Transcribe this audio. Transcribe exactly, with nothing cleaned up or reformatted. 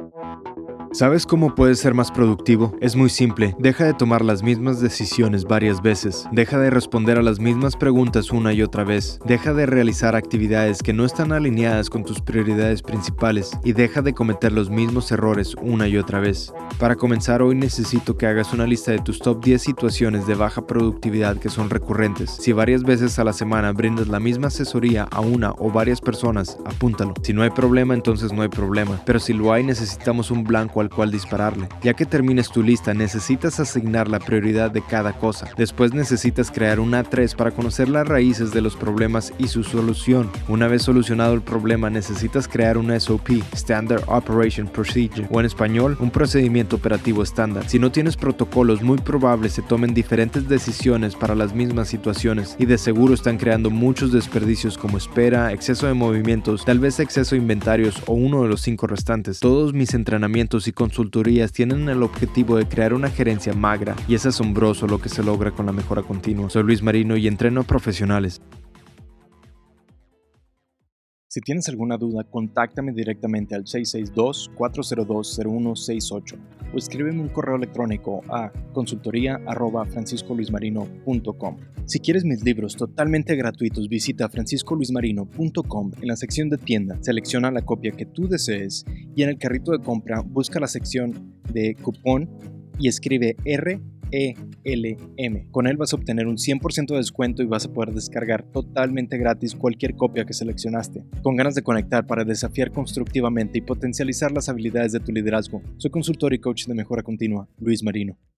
¿Sabes cómo puedes ser más productivo? Es muy simple. Deja de tomar las mismas decisiones varias veces. Deja de responder a las mismas preguntas una y otra vez. Deja de realizar actividades que no están alineadas con tus prioridades principales. Y deja de cometer los mismos errores una y otra vez. Para comenzar, hoy necesito que hagas una lista de tus top diez situaciones de baja productividad que son recurrentes. Si varias veces a la semana brindas la misma asesoría a una o varias personas, apúntalo. Si no hay problema, entonces no hay problema. Pero si lo hay, necesitamos un blanco al cual dispararle. Ya que termines tu lista, necesitas asignar la prioridad de cada cosa. Después necesitas crear un A tres para conocer las raíces de los problemas y su solución. Una vez solucionado el problema, necesitas crear una S O P, Standard Operation Procedure, o en español, un procedimiento operativo estándar. Si no tienes protocolos, muy probable se tomen diferentes decisiones para las mismas situaciones y de seguro están creando muchos desperdicios como espera, exceso de movimientos, tal vez exceso de inventarios o uno de los cinco restantes. Todos mis entrenamientos y consultorías tienen el objetivo de crear una gerencia magra y es asombroso lo que se logra con la mejora continua. Soy Luis Marino y entreno a profesionales. Si tienes alguna duda, contáctame directamente al seis seis dos, cuatro cero dos, cero uno seis ocho o escríbeme un correo electrónico a consultoría arroba francisco luis marino punto com. Si quieres mis libros totalmente gratuitos, visita francisco luis marino punto com. En la sección de tienda, selecciona la copia que tú desees y en el carrito de compra busca la sección de cupón y escribe R E L M. Con él vas a obtener un cien por ciento de descuento y vas a poder descargar totalmente gratis cualquier copia que seleccionaste. Con ganas de conectar para desafiar constructivamente y potencializar las habilidades de tu liderazgo, soy consultor y coach de mejora continua, Luis Marino.